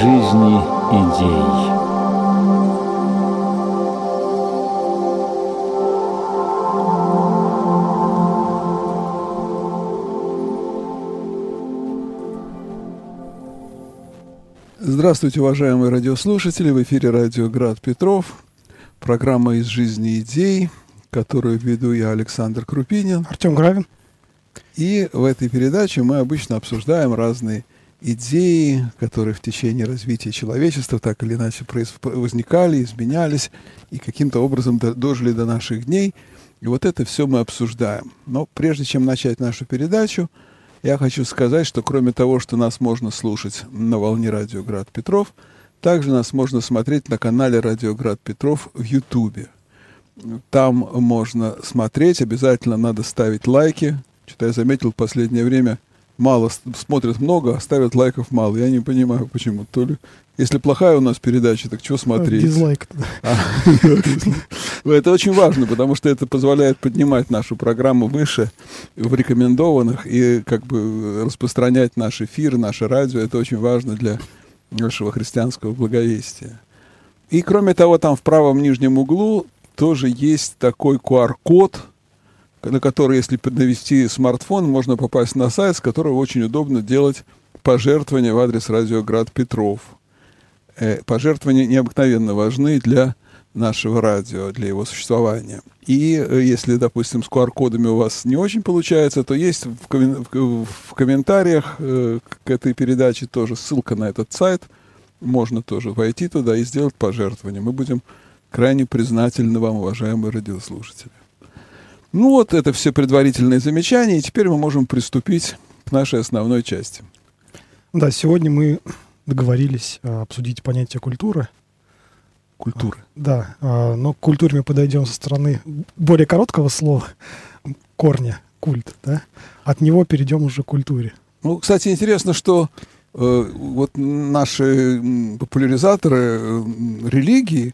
жизни идей. Здравствуйте, уважаемые радиослушатели! В эфире радио «Град Петров», программа «Из жизни идей», которую веду я, Александр Крупинин. Артем Гравин. И в этой передаче мы обычно обсуждаем разные идеи, которые в течение развития человечества так или иначе возникали, изменялись и каким-то образом дожили до наших дней. И вот это все мы обсуждаем. Но прежде чем начать нашу передачу, я хочу сказать, что кроме того, что нас можно слушать на волне радио «Град Петров», также нас можно смотреть на канале «Радио Град Петров» в Ютубе. Там можно смотреть, обязательно надо ставить лайки. Что-то я заметил в последнее время, мало смотрят много, а ставят лайков мало. Я не понимаю, почему. То ли, если плохая у нас передача, так чего смотреть? Дизлайк. Это очень важно, потому что это позволяет поднимать нашу программу выше в рекомендованных и как бы распространять наш эфир, наше радио. Это очень важно для нашего христианского благовестия. И кроме того, там в правом нижнем углу тоже есть такой QR-код, на который, если навести смартфон, можно попасть на сайт, с которого очень удобно делать пожертвования в адрес радио «Град Петров». Пожертвования необыкновенно важны для нашего радио, для его существования. И если, допустим, с QR-кодами у вас не очень получается, то есть в комментариях к этой передаче тоже ссылка на этот сайт. Можно тоже войти туда и сделать пожертвование. Мы будем крайне признательны вам, уважаемые радиослушатели. Ну вот, это все предварительные замечания, и теперь мы можем приступить к нашей основной части. Да, сегодня мы договорились обсудить понятие культуры. Культуры. Да, но к культуре мы подойдем со стороны более короткого слова, корня, культ, да? От него перейдем уже к культуре. Ну, кстати, интересно, что вот наши популяризаторы религии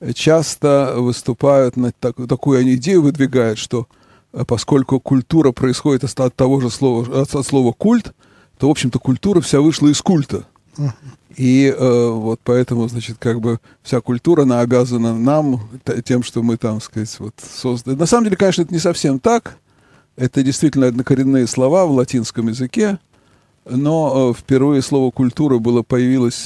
часто выступают на такую идею, выдвигают, что поскольку культура происходит от того же слова, от слова культ, то, в общем-то, культура вся вышла из культа. И вот поэтому, значит, как бы вся культура, она обязана нам тем, что мы там, сказать, вот создали. На самом деле, конечно, это не совсем так. Это действительно однокоренные слова в латинском языке, но впервые слово «культура» появилось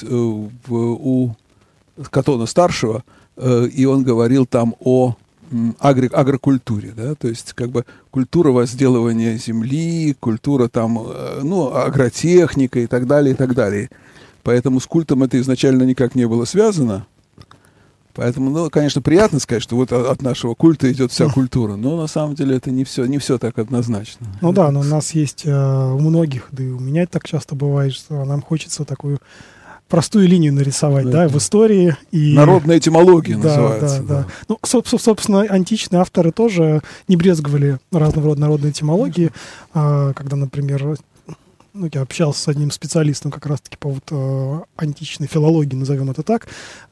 у Катона Старшего, и он говорил там о агрокультуре, да, то есть как бы культура возделывания земли, культура там, агротехника и так далее, и так далее. Поэтому с культом это изначально никак не было связано. Поэтому, конечно, приятно сказать, что вот от нашего культа идет вся культура, но на самом деле это не все так однозначно. Ну да, но у нас есть у многих, да и у меня так часто бывает, что нам хочется такую простую линию нарисовать, да, в истории. И... Народная этимология называется. Да. Ну, собственно, античные авторы тоже не брезговали разного рода народной этимологии, когда, например, я общался с одним специалистом как раз-таки по вот античной филологии, назовем это так,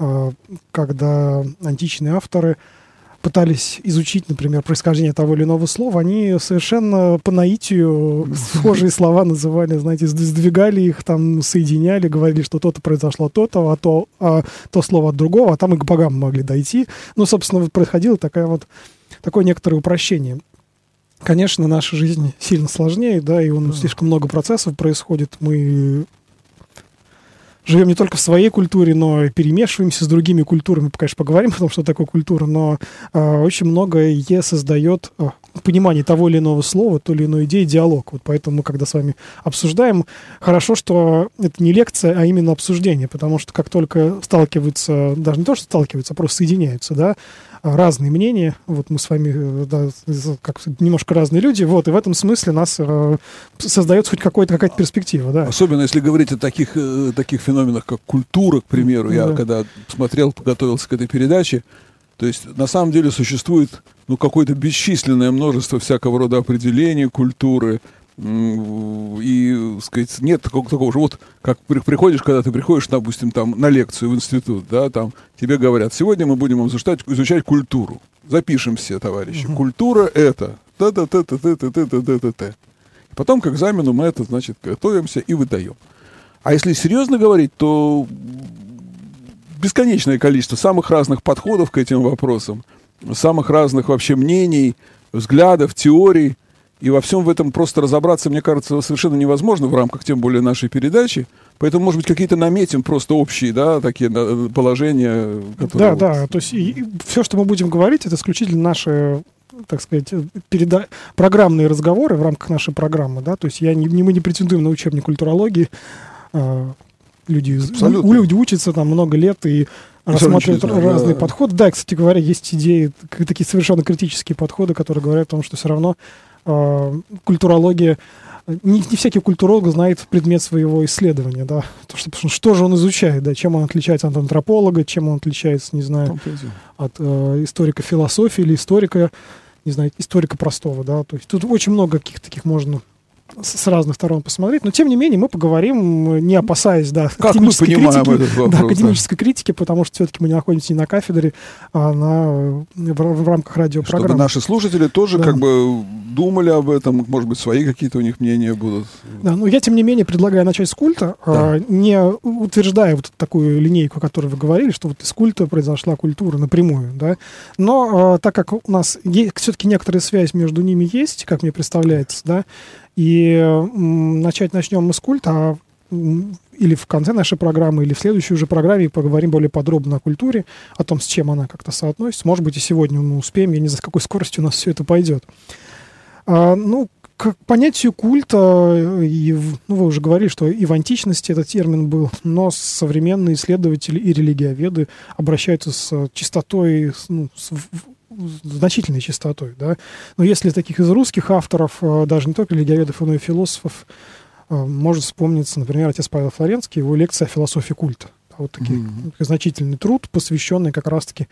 когда античные авторы пытались изучить, например, происхождение того или иного слова, они совершенно по наитию схожие слова называли, знаете, сдвигали их, там, соединяли, говорили, что то-то произошло от то слово от другого, а там и к богам могли дойти. Ну, собственно, происходило такое некоторое упрощение. Конечно, наша жизнь сильно сложнее, да, и слишком много процессов происходит. Мы живем не только в своей культуре, но и перемешиваемся с другими культурами. Мы, конечно, поговорим о том, что такое культура, но очень многое создает понимание того или иного слова, той или иной идеи, диалог. Вот поэтому мы, когда с вами обсуждаем, хорошо, что это не лекция, а именно обсуждение, потому что как только сталкиваются, даже не то, что сталкиваются, а просто соединяются, да, разные мнения, вот мы с вами, да, как немножко разные люди, вот, и в этом смысле нас создается хоть какая-то перспектива, да. Особенно если говорить о таких феноменах, как культура, к примеру. Я когда готовился к этой передаче, то есть на самом деле существует какое-то бесчисленное множество всякого рода определений культуры, и, сказать, нет такого же, вот как когда ты приходишь, допустим, там на лекцию в институт, да, там тебе говорят, сегодня мы будем изучать культуру. Запишем все, товарищи. Культура это. Потом к экзамену мы это, значит, готовимся и выдаем. А если серьезно говорить, то бесконечное количество самых разных подходов к этим вопросам, самых разных вообще мнений, взглядов, теорий. И во всем в этом просто разобраться, мне кажется, совершенно невозможно в рамках, тем более, нашей передачи. Поэтому, может быть, какие-то наметим просто общие, да, такие положения, которые... Да, то есть все, что мы будем говорить, это исключительно наши, так сказать, программные разговоры в рамках нашей программы, да, то есть мы не претендуем на учебник культурологии, люди учатся там много лет и рассматривают разные подходы. Да, кстати говоря, есть идеи, такие совершенно критические подходы, которые говорят о том, что все равно культурология, не всякий культуролог знает предмет своего исследования, да, что же он изучает, да, чем он отличается от антрополога, чем он отличается, не знаю, от историка философии или историка, не знаю, историка простого, да, то есть тут очень много каких-то таких можно с разных сторон посмотреть, но тем не менее мы поговорим, не опасаясь, да, академической критики, потому что все-таки мы не находимся не на кафедре, а в рамках радиопрограммы. Чтобы наши слушатели тоже как бы думали об этом, может быть, свои какие-то у них мнения будут. Да, но я, тем не менее, предлагаю начать с культа, не утверждая вот такую линейку, о которой вы говорили, что вот из культа произошла культура напрямую, да, но так как у нас все-таки некоторая связь между ними есть, как мне представляется, да, и начнем мы с культа, или в конце нашей программы, или в следующей уже программе поговорим более подробно о культуре, о том, с чем она как-то соотносится. Может быть, и сегодня мы успеем, я не знаю, с какой скоростью у нас все это пойдет. К понятию культа, вы уже говорили, что и в античности этот термин был, но современные исследователи и религиоведы обращаются с частотой, с значительной частотой, да. Но если таких из русских авторов, даже не только религиоведов, но и философов, может вспомниться, например, отец Павел Флоренский, его лекция о философии культа. Вот такой значительный труд, посвященный как раз-таки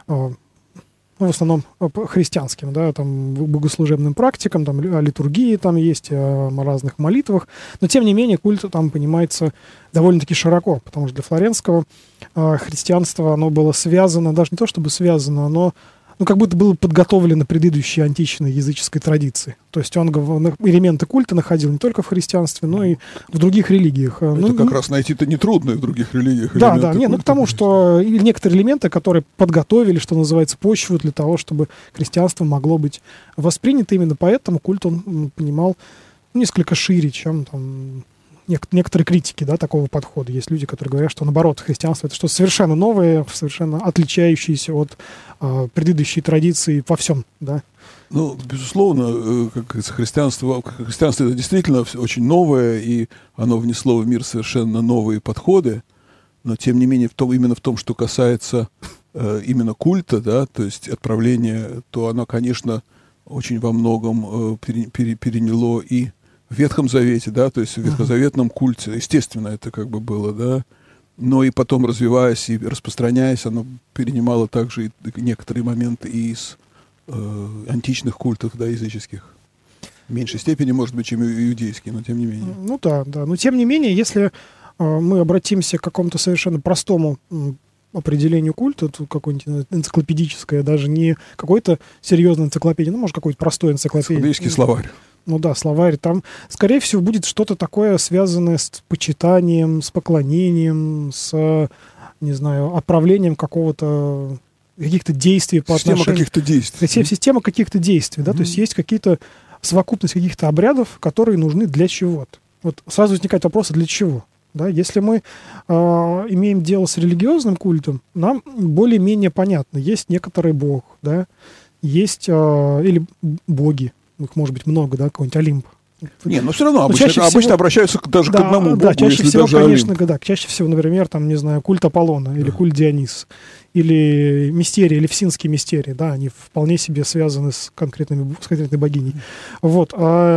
в основном христианским, да, там, богослужебным практикам, там, о литургии там есть, о разных молитвах, но, тем не менее, культ там понимается довольно-таки широко, потому что для Флоренского христианство, оно было связано, даже не то чтобы связано, но как будто было подготовлено предыдущей античной языческой традиции. То есть он элементы культа находил не только в христианстве, но и в других религиях. Это как раз найти-то нетрудно в других религиях. Да, потому что некоторые элементы, которые подготовили, что называется, почву для того, чтобы христианство могло быть воспринято. Именно поэтому культ он понимал несколько шире, чем там некоторые критики, да, такого подхода. Есть люди, которые говорят, что, наоборот, христианство — это что-то совершенно новое, совершенно отличающееся от предыдущей традиции во всем, да. Ну, безусловно, как говорится, христианство это действительно очень новое, и оно внесло в мир совершенно новые подходы, но, тем не менее, именно в том, что касается именно культа, да, то есть отправления, то оно, конечно, очень во многом переняло и в Ветхом Завете, да, то есть в ветхозаветном культе, естественно, это как бы было, да, но и потом, развиваясь и распространяясь, оно перенимало также и некоторые моменты и из античных культов, да, языческих. В меньшей степени, может быть, чем иудейские, но тем не менее. Ну да, но тем не менее, если мы обратимся к какому-то совершенно простому определению культа, тут какое-нибудь энциклопедическое, даже не какой-то серьезной энциклопедии, может, какой-то простой энциклопедии. Энциклопедический словарь. Ну да, словарь. Там, скорее всего, будет что-то такое, связанное с почитанием, с поклонением, с, не знаю, отправлением каких-то действий по отношению... Система каких-то действий. Система каких-то действий, да, то есть есть какие-то совокупность каких-то обрядов, которые нужны для чего-то. Вот сразу возникает вопрос, а для чего? Да, если мы имеем дело с религиозным культом, нам более-менее понятно. Есть некоторый бог, да, есть или боги. Их может быть много, да, какой-нибудь Олимп. Не, но все равно обычно обращаются даже к одному богу, чаще если всего, даже конечно, Олимп. да, чаще всего, например, там, не знаю, культ Аполлона, или культ Диониса, или мистерии, или всинские мистерии, да, они вполне себе связаны с конкретной богиней. Вот.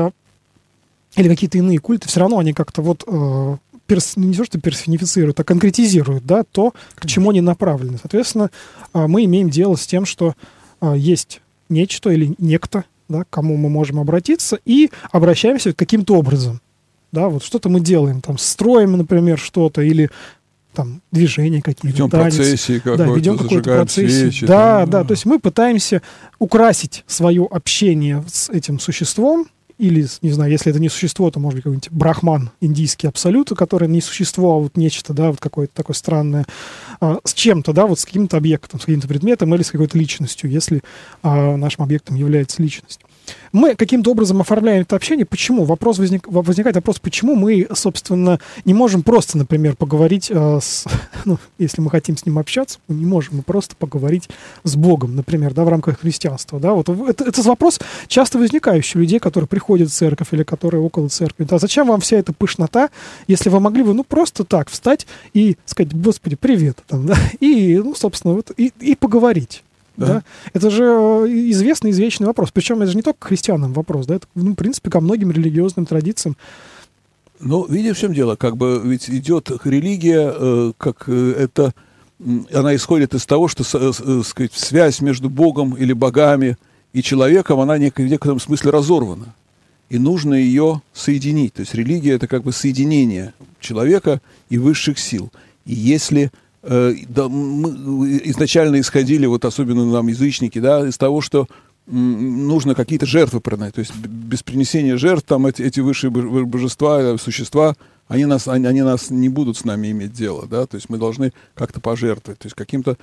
Или какие-то иные культы, все равно они как-то вот не то, что персонифицируют, а конкретизируют, да, то, к чему они направлены. Соответственно, мы имеем дело с тем, что есть нечто или некто, да, к кому мы можем обратиться, и обращаемся каким-то образом. Да, вот что-то мы делаем, там, строим, например, что-то, или там движения какие-то. Ведем процессии какой-то, да, ведем какую-то процессию. Свечи, да, то есть мы пытаемся украсить свое общение с этим существом или, не знаю, если это не существо, то, может быть, какой-нибудь брахман, индийский абсолют, который не существо, а вот нечто, да, вот какое-то такое странное, с чем-то, да, вот с каким-то объектом, с каким-то предметом или с какой-то личностью, если нашим объектом является личность. Мы каким-то образом оформляем это общение. Почему? Возникает вопрос, почему мы, собственно, не можем просто, например, поговорить если мы хотим с ним общаться, мы не можем просто поговорить с Богом, например, да, в рамках христианства. Да? Вот это вопрос часто возникающий у людей, которые приходят в церковь или которые около церкви. Да, зачем вам вся эта пышнота, если вы могли бы, просто так встать и сказать: Господи, привет, там, да? И, собственно, и поговорить. Да. Это же известный, извечный вопрос. Причем это же не только к христианам вопрос, да, это, в принципе, ко многим религиозным традициям. Ну, видишь, в чем дело? Как бы ведь идет религия, она исходит из того, что, сказать, связь между Богом или богами и человеком, она в некотором смысле разорвана. И нужно ее соединить. То есть религия — это как бы соединение человека и высших сил. И если мы изначально исходили, вот особенно нам язычники, да, из того, что нужно какие-то жертвы приносить. То есть без принесения жертв там эти высшие божества, существа, они нас не будут с нами иметь дело, да, то есть мы должны как-то пожертвовать. То есть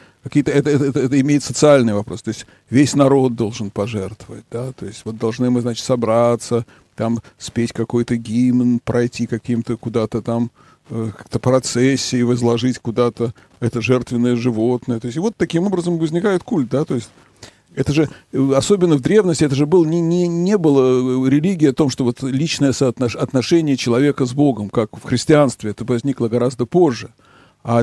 это имеет социальный вопрос. То есть весь народ должен пожертвовать, да, то есть вот должны мы, значит, собраться, там спеть какой-то гимн, пройти каким-то куда-то там как-то процессии, возложить куда-то это жертвенное животное. То есть и вот таким образом возникает культ, да, то есть это же, особенно в древности, это же не было религия о том, что вот личное отношение человека с Богом, как в христианстве, это возникло гораздо позже. А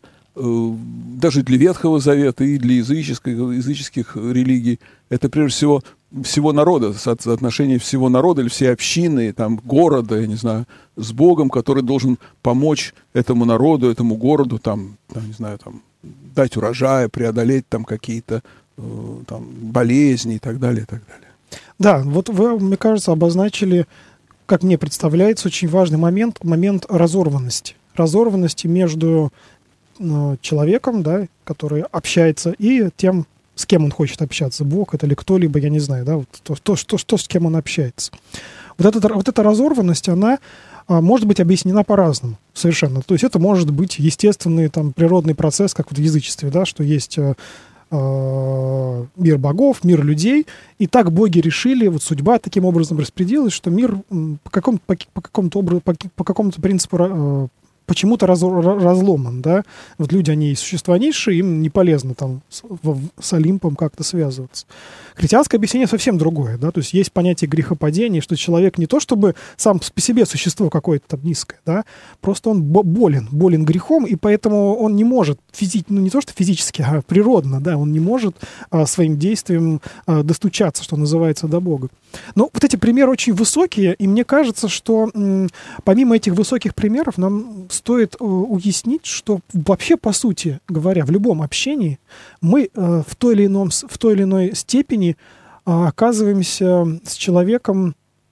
даже для Ветхого Завета и для языческих религий это прежде всего народа, отношение всего народа или всей общины, там, города, я не знаю, с Богом, который должен помочь этому народу, этому городу, там, не знаю, там, дать урожай, преодолеть там какие-то там болезни и так далее, и так далее. Да, вот вы, мне кажется, обозначили, как мне представляется, очень важный момент разорванности. Разорванности между человеком, да, который общается, и тем, с кем он хочет общаться. Бог это или кто-либо, я не знаю, да, вот что с кем он общается. Вот эта разорванность, она может быть объяснена по-разному совершенно. То есть это может быть естественный там, природный процесс, как вот в язычестве, да, что есть мир богов, мир людей, и так боги решили, вот судьба таким образом распределилась, что мир по какому-то принципу почему-то разломан, да. Вот люди, они существа низшие, им не полезно там с Олимпом как-то связываться. Христианское объяснение совсем другое, да, то есть есть понятие грехопадения, что человек не то чтобы сам по себе существо какое-то там низкое, да, просто он болен грехом, и поэтому он не может не то что физически, а природно, да, он не может своим действием достучаться, что называется, до Бога. Но вот эти примеры очень высокие, и мне кажется, что помимо этих высоких примеров нам стоит уяснить, что вообще, по сути говоря, в любом общении мы в той или иной степени оказываемся с человеком,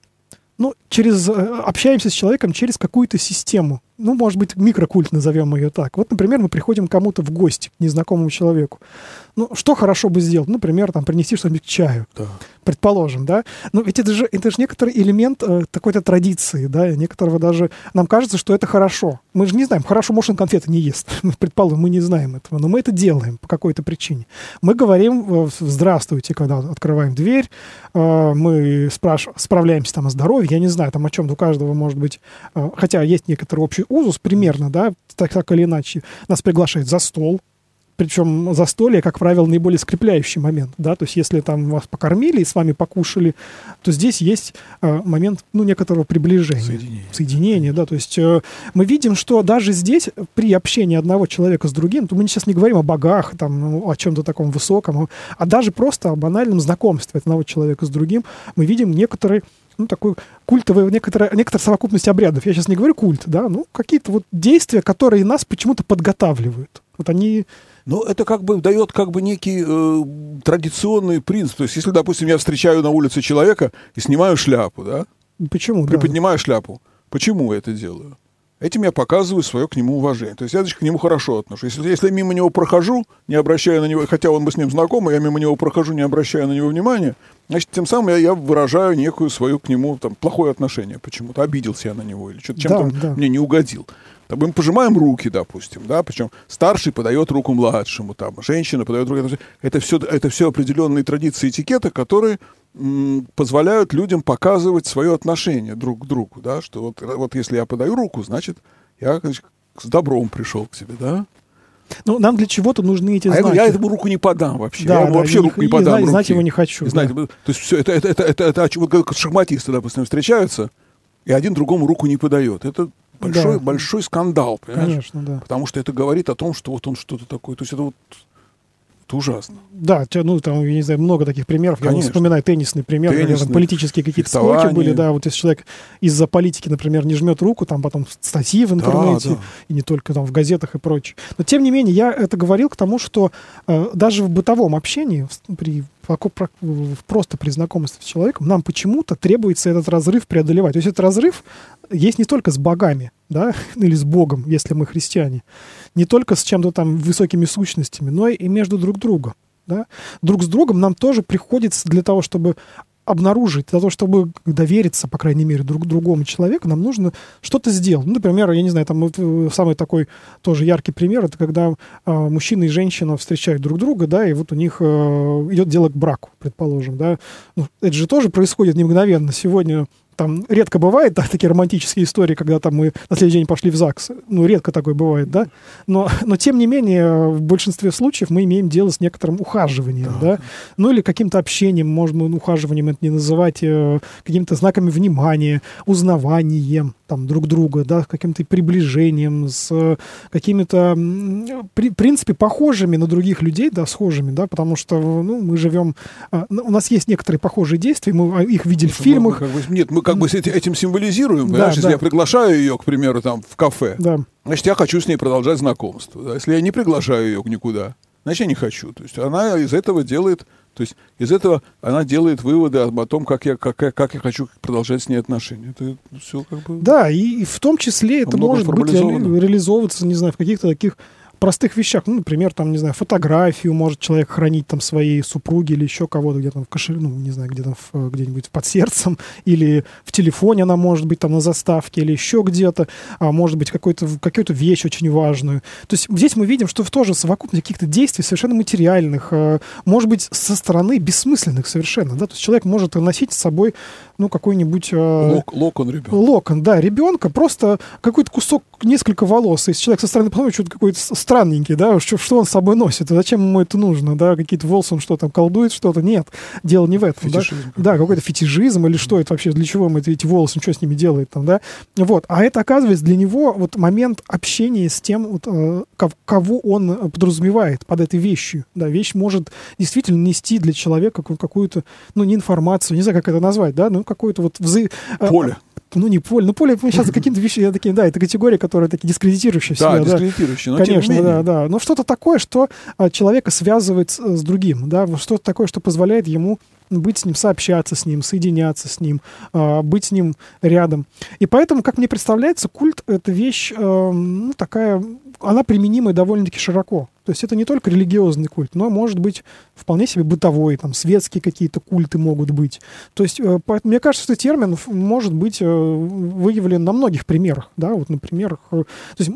общаемся с человеком через какую-то систему. Может быть, микрокульт, назовем ее так. Вот, например, мы приходим к кому-то в гости, к незнакомому человеку. Что хорошо бы сделать? Например, там, принести что-нибудь к чаю. Да. Предположим, да? Но ведь это же некоторый элемент какой-то традиции, да, некоторого даже... Нам кажется, что это хорошо. Мы же не знаем, хорошо, может, он конфеты не ест. Предположим, мы не знаем этого, но мы это делаем по какой-то причине. Мы говорим «здравствуйте», когда открываем дверь, мы справляемся там о здоровье, я не знаю, там о чем-то у каждого может быть... Хотя есть некоторый общий узус примерно, да, так или иначе. Нас приглашают за стол. Причем застолье, как правило, наиболее скрепляющий момент, да, то есть если там вас покормили и с вами покушали, то здесь есть момент, некоторого приближения, соединения, да, то есть мы видим, что даже здесь при общении одного человека с другим, то мы сейчас не говорим о богах, там, о чем-то таком высоком, а даже просто о банальном знакомстве одного человека с другим, мы видим некоторый такой культовый, некоторая совокупность обрядов. Я сейчас не говорю культ, да, какие-то вот действия, которые нас почему-то подготавливают. Вот они... это как бы дает некий традиционный принцип. То есть, если, допустим, я встречаю на улице человека и снимаю шляпу, да? Почему? Приподнимаю шляпу. Почему я это делаю? этим я показываю свое к нему уважение. То есть я, значит, к нему хорошо отношусь. Если я мимо него прохожу, не обращая на него, хотя он бы с ним знаком, я мимо него прохожу, не обращая на него внимания, значит, тем самым я выражаю некую свою к нему там, плохое отношение почему-то. Обиделся я на него или что-то чем-то мне не угодил. Там, мы пожимаем руки, допустим, да, причем старший подает руку младшему, там, женщина подает руку. Это все определенные традиции этикета, которые позволяют людям показывать свое отношение друг к другу, да, что вот если я подаю руку, значит, я, значит, с добром пришел к тебе, да. Ну, нам для чего-то нужны эти знаки. Я этому руку не подам вообще. Да, я ему вообще руку не подам. Знать его не хочу. Знаете, то есть все, это вот как шахматисты, допустим, встречаются, и один другому руку не подает. Это большой скандал, понимаешь? Конечно, да. Потому что это говорит о том, что вот он что-то такое. То есть это ужасно. Да, ну, там, я не знаю, много таких примеров. Конечно. Я вспоминаю теннисный пример, например, политические какие-то склоки были, да, вот если человек из-за политики, например, не жмет руку, там потом статьи в интернете, и не только там в газетах и прочее. Но, тем не менее, я это говорил к тому, что даже в бытовом общении, просто при знакомстве с человеком, нам почему-то требуется этот разрыв преодолевать. То есть этот разрыв есть не только с богами, да, или с Богом, если мы христиане, не только с чем-то там высокими сущностями, но и между друг другом. Да? Друг с другом нам тоже приходится для того, чтобы обнаружить, для того, чтобы довериться, по крайней мере, друг другому человеку, нам нужно что-то сделать. Ну, например, я не знаю, там самый такой тоже яркий пример, это когда мужчина и женщина встречают друг друга, да, и вот у них идет дело к браку, предположим, да. Ну, это же тоже происходит не мгновенно. Сегодня там редко бывает, да, такие романтические истории, когда там мы на следующий день пошли в ЗАГС. Ну, редко такое бывает, да. Но тем не менее, в большинстве случаев мы имеем дело с некоторым ухаживанием, да. Ну, или каким-то общением, можно ухаживанием это не называть, какими-то знаками внимания, узнаванием там друг друга, да, каким-то приближением, с какими-то, в принципе, похожими на других людей, да, схожими, да, потому что, ну, мы живем, у нас есть некоторые похожие действия, мы их видели в фильмах. Мы как бы этим символизируем, понимаешь, если я приглашаю ее, к примеру, там, в кафе, значит, я хочу с ней продолжать знакомство, да? Если я не приглашаю ее никуда, значит, я не хочу, то есть она из этого делает выводы о том, как я хочу продолжать с ней отношения. Это все как бы... Да, и в том числе это может быть реализовываться, не знаю, в каких-то таких простых вещах. Ну, например, там, не знаю, фотографию может человек хранить там своей супруги или еще кого-то где-то в кошеле, ну, не знаю, где-то где-нибудь под сердцем, или в телефоне она может быть там на заставке, или еще где-то, а может быть какую-то вещь очень важную. То есть здесь мы видим, что тоже совокупность каких-то действий совершенно материальных, может быть, со стороны бессмысленных совершенно, да, то есть человек может носить с собой, ну, какой-нибудь... Локон ребенка. Локон, да, ребенка, просто какой-то кусок, несколько волос. Если человек со стороны посмотрит, что-то какой-то странненький, да, что он с собой носит, зачем ему это нужно, да, какие-то волосы, он что там, колдует что-то, нет, дело не в этом, фетишизм, да, какой-то фетишизм или что это вообще, для чего мы эти волосы, что с ними делает там, да, вот, а это, оказывается, для него вот момент общения с тем, вот, кого он подразумевает под этой вещью, да, вещь может действительно нести для человека какую-то, ну, не информацию, не знаю, как это назвать, да, ну, какое-то вот поле. Ну, не поле. Ну, поле сейчас какие-то вещи, такие, да, это категории, которые такие дискредитирующие себя. Да, дискредитирующие, но конечно, тем не менее. Да. Но что-то такое, что человека связывает с другим, да, что-то такое, что позволяет ему быть с ним, сообщаться с ним, соединяться с ним, быть с ним рядом. И поэтому, как мне представляется, культ — это вещь, ну, такая, она применима довольно-таки широко. То есть это не только религиозный культ, но может быть вполне себе бытовой, там, светские какие-то культы могут быть. То есть, мне кажется, что термин может быть выявлен на многих примерах, да, вот, например, то есть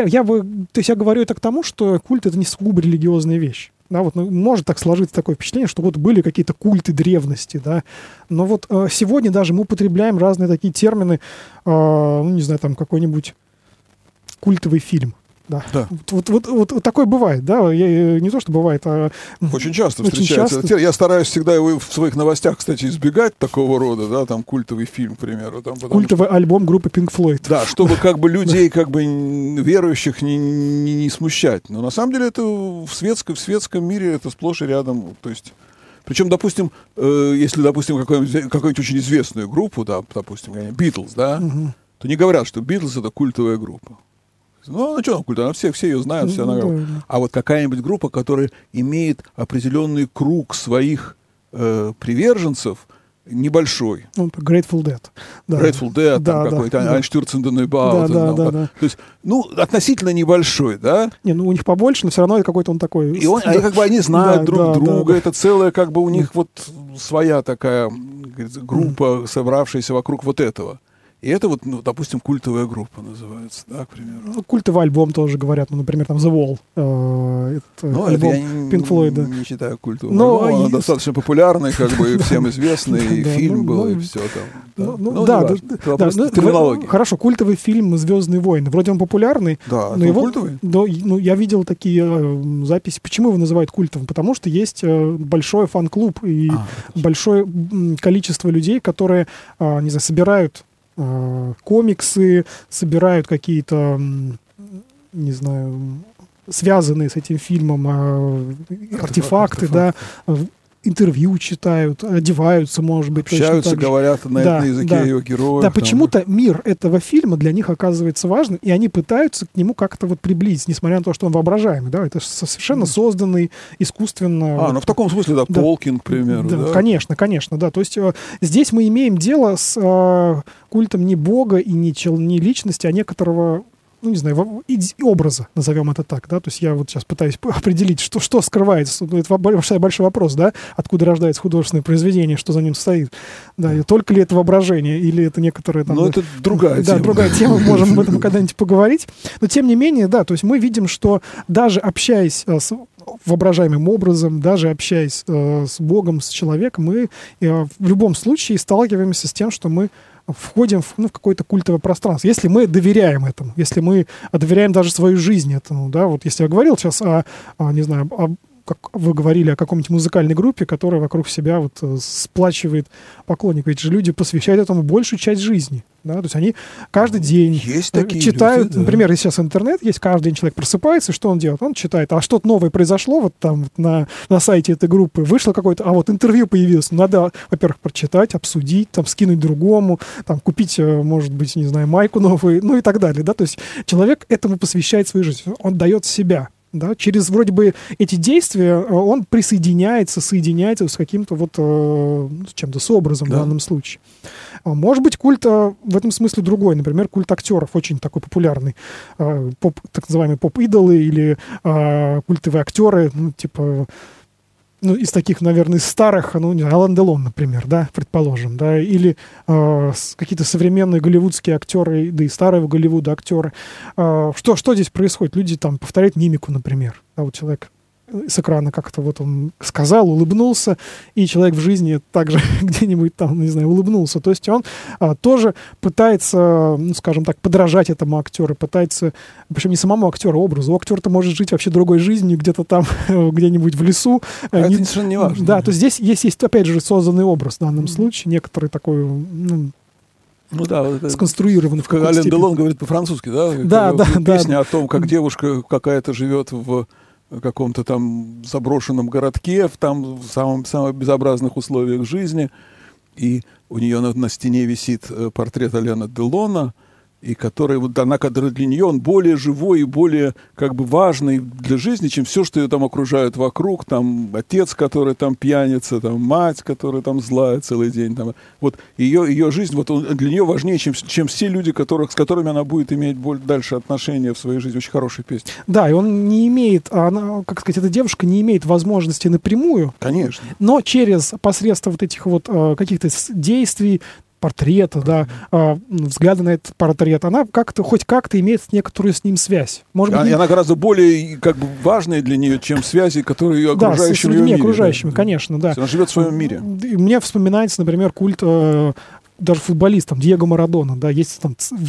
я говорю это к тому, что культ — это не сугубо религиозная вещь. Да, вот, ну, может так сложиться такое впечатление, что вот были какие-то культы древности, да, но вот сегодня даже мы употребляем разные такие термины, ну, не знаю, там какой-нибудь культовый фильм. Да. Вот такое бывает, да, не то, что бывает, а... Очень часто встречается. Я стараюсь всегда его в своих новостях, кстати, избегать такого рода, да, там культовый фильм, к примеру. Там, культовый альбом группы Pink Floyd. Да, чтобы как бы людей, как бы верующих не смущать. Но на самом деле это в светском мире это сплошь и рядом, то есть... Причем, допустим, если, допустим, какую-нибудь очень известную группу, да, допустим, Beatles, да, то не говорят, что Beatles — это культовая группа. Ну, что там культура? Все ее знают, все она... А вот какая-нибудь группа, которая имеет определенный круг своих приверженцев, небольшой. Grateful Dead. Да. Grateful Dead, Да, там какой-то да. Einstürzen den Neubauten. Да. То есть, относительно небольшой, да? Не, у них побольше, но все равно какой-то он такой... И они знают друг друга, да. это целая, у них вот своя такая группа, собравшаяся вокруг вот этого. И это допустим, культовая группа называется, да, к примеру. Культовый альбом тоже говорят, например, там The Wall. Это альбом Pink Floyd. Не считаю культовым альбомом, он достаточно популярный, всем известный, и фильм был, и все там. Это вопрос терминологии. Хорошо, культовый фильм «Звездные войны». Вроде он популярный. Да, но его, культовый. Я видел такие записи. Почему его называют культовым? Потому что есть большой фан-клуб и большое количество людей, которые, не знаю, собирают комиксы, собирают какие-то, не знаю, связанные с этим фильмом артефакты, да, интервью читают, одеваются, может быть. Общаются, говорят на языке его героев. Да, почему-то мир этого фильма для них оказывается важным, и они пытаются к нему как-то приблизить, несмотря на то, что он воображаемый. Да? Это совершенно созданный искусственно... в таком смысле, да, Толкин, к примеру. Да, конечно, да. То есть здесь мы имеем дело с культом не Бога и не личности, а некоторого... образа, назовем это так, да, то есть я сейчас пытаюсь определить, что скрывается, это большой вопрос, да, откуда рождается художественное произведение, что за ним стоит, да, и только ли это воображение, или это некоторые там... это другая тема. Да, другая тема, можем об этом когда-нибудь поговорить, но тем не менее, да, то есть мы видим, что даже общаясь с воображаемым образом, даже общаясь с Богом, с человеком, мы в любом случае сталкиваемся с тем, что мы входим в какое-то культовое пространство. Если мы доверяем этому, если мы доверяем даже свою жизнь этому, да, вот если я говорил сейчас как вы говорили о какой-нибудь музыкальной группе, которая вокруг себя сплачивает поклонников. Ведь же люди посвящают этому большую часть жизни. Да? То есть они каждый день читают, люди, да. Например, сейчас интернет есть, каждый день человек просыпается, и что он делает? Он читает, а что-то новое произошло на сайте этой группы, вышло какое-то, интервью появилось. Надо, во-первых, прочитать, обсудить, скинуть другому, купить, может быть, не знаю, майку новую, и так далее. Да? То есть человек этому посвящает свою жизнь, он дает себя. Да, через вроде бы эти действия он соединяется с каким-то с чем-то, с образом, да, в данном случае. Может быть, культ в этом смысле другой. Например, культ актеров очень такой популярный. Так называемые поп-идолы или культовые актеры, из таких, наверное, из старых, Алан Делон, например, да, предположим, да, или какие-то современные голливудские актеры, да и старые Голливуда актеры. Что здесь происходит? Люди повторяют мимику, например. Да, человек с экрана как-то он сказал, улыбнулся, и человек в жизни также где-нибудь улыбнулся. То есть он тоже пытается, скажем так, подражать этому актеру, пытается, причем не самому актеру, а образу. Актер-то может жить вообще другой жизнью, где-то там, где-нибудь в лесу. Это совершенно не важно. Да, то есть здесь есть, опять же, созданный образ в данном случае, некоторый такой... сконструирован в какой-то Ален степени. Делон говорит по-французски, да? Да. Песня о том, как девушка какая-то живет в каком-то заброшенном городке, в самых безобразных условиях жизни, и у нее на стене висит портрет Алена Делона, и который для нее он более живой и более важный для жизни, чем все, что ее окружает вокруг, отец, который пьяница, мать, которая злая целый день. Ее жизнь, для нее важнее, чем все люди, с которыми она будет иметь дальше отношения в своей жизни. Очень хорошая песня. Да, и он не имеет, эта девушка не имеет возможности напрямую. Конечно. Но посредством этих каких-то действий, портрета, да, взгляда на этот портрет, она хоть как-то имеет некоторую с ним связь. Может быть, она гораздо более важная для нее, чем связи, которые ее окружающими. Да, с людьми окружающими, конечно, да. Она живет в своем мире. Мне вспоминается, например, культ даже футболистам, Диего Марадона, да, есть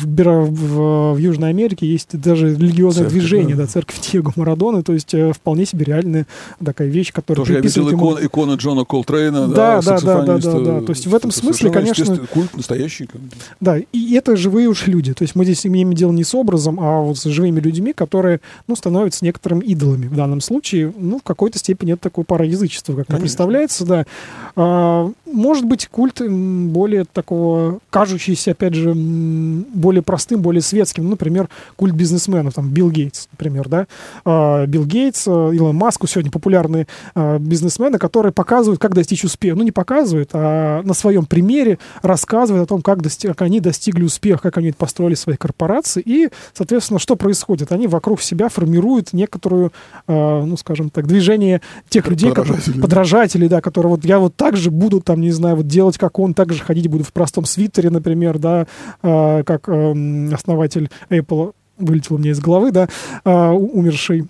в Южной Америке есть даже религиозное движение, да, церковь Диего Марадона, то есть вполне себе реальная такая вещь, которая тоже приписывает ему... иконы Джона Колтрейна, да, то есть в этом смысле, конечно, культ настоящий. Да, и это живые уж люди, то есть мы здесь имеем дело не с образом, а с живыми людьми, которые, становятся некоторыми идолами в данном случае, в какой-то степени это такое пароязычество, как мне представляется, да. Может быть, культ более такого кажущийся, опять же, более простым, более светским. Ну, например, культ бизнесменов, там, Билл Гейтс, например, да. Билл Гейтс, Илон Маск, сегодня популярные бизнесмены, которые показывают, как достичь успеха. Ну, не показывают, а на своем примере рассказывают о том, как они достигли успеха, как они построили свои корпорации. И, соответственно, что происходит? Они вокруг себя формируют некоторую, ну, скажем так, движение тех людей, подражателей, да, которые вот я вот так же буду, там, не знаю, вот делать, как он, так же ходить буду в простом свитере, например, да, как основатель Apple, вылетел у меня из головы, да, умерший.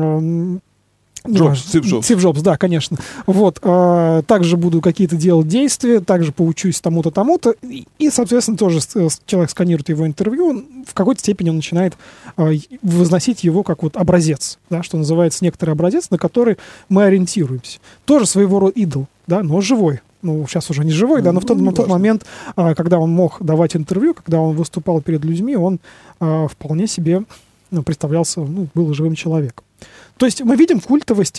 Стив Джобс, да, конечно. Вот, также буду какие-то делать действия, также поучусь тому-то, тому-то. И, соответственно, тоже человек сканирует его интервью, в какой-то степени он начинает возносить его как вот образец, да, что называется, некоторый образец, на который мы ориентируемся. Тоже своего рода идол, да, но живой. Ну, сейчас уже не живой, да, но в тот момент, когда он мог давать интервью, когда он выступал перед людьми, он вполне себе представлялся, ну, был живым человеком. То есть мы видим культовость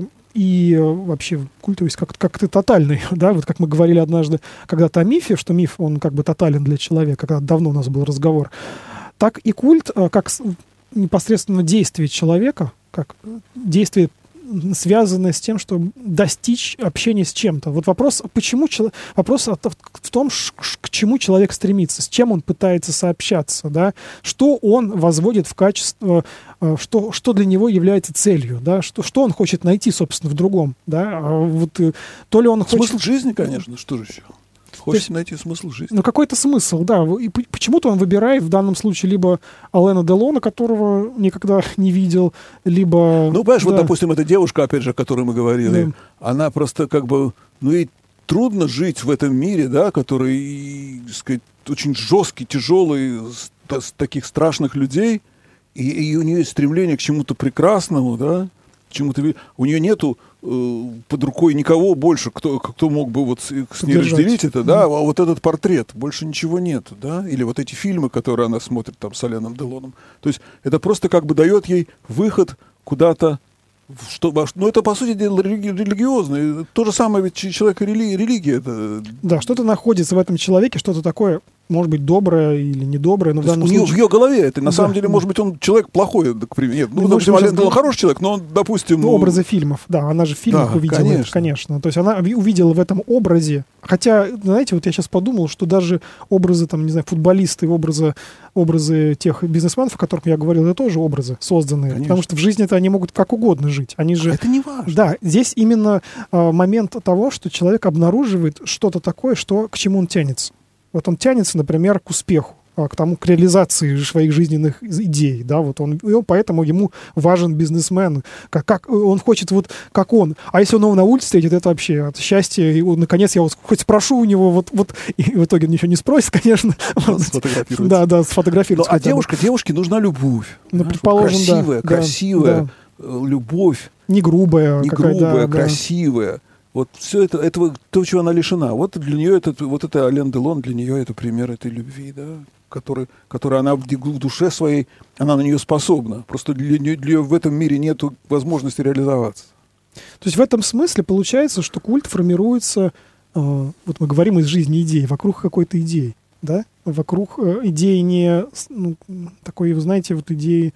и вообще культовость как-то тотальный, да, вот как мы говорили однажды когда-то о мифе, что миф, он как бы тотален для человека, когда давно у нас был разговор, так и культ, как непосредственно действие человека, как действие, связанное с тем, чтобы достичь общения с чем-то. Вот вопрос, вопрос в том, к чему человек стремится, с чем он пытается сообщаться, да, что он возводит в качество, что для него является целью, да, что он хочет найти, собственно, в другом, да, вот, то ли он хочет... Смысл жизни, конечно, что же еще? Хочет найти смысл жизни. Ну, какой-то смысл, да. И почему-то он выбирает в данном случае либо Алена Делона, которого никогда не видел, либо... Ну, понимаешь, да. вот, допустим, эта девушка, опять же, о которой мы говорили, да. Она просто как бы... Ну, ей трудно жить в этом мире, да, который, так сказать, очень жесткий, тяжелый, с таких страшных людей, и у нее есть стремление к чему-то прекрасному, да, чему-то... У нее нету под рукой никого больше, кто мог бы вот с ней разделить это, да, а вот этот портрет, больше ничего нету, да, или вот эти фильмы, которые она смотрит там с Аленом Делоном. То есть это просто как бы дает ей выход куда-то, ну, это, по сути дела, религиозно. То же самое, ведь человек и религия. Это... Да, что-то находится в этом человеке, что-то такое, может быть, доброе или недоброе, но в данном случае... В ее голове это, на самом деле, может быть, он человек плохой, к примеру. Нет, ну, допустим, Ален Делон хороший человек, но он, допустим... Ну, образы фильмов, да, она же в фильмах увидела это, конечно. То есть она увидела в этом образе, хотя, знаете, вот я сейчас подумал, что даже образы, там, не знаю, футболисты, образы тех бизнесменов, о которых я говорил, это тоже образы созданные, конечно. Потому что в жизни-то они могут как угодно жить. Они же... Это не важно. Да, здесь именно момент того, что человек обнаруживает что-то такое, к чему он тянется. Вот он тянется, например, к успеху, к реализации своих жизненных идей, да, вот он поэтому ему важен бизнесмен, как он хочет вот как он, а если он его на улице встретит, это вообще от счастья, и наконец я вот хоть спрошу у него, вот и в итоге ничего не спросит, конечно. Да, сфотографировать. А девушке нужна любовь. Ну, предположим, красивая любовь. Не грубая, красивая. Вот все это то, чего она лишена. Вот для нее это Ален Делон, для нее это пример этой любви, да, которой она в душе своей, она на нее способна. Просто для нее в этом мире нет возможности реализоваться. То есть в этом смысле получается, что культ формируется, вот мы говорим из жизни идей, вокруг какой-то идеи, да, вокруг идеи не, ну, такой, вы знаете, вот идеи...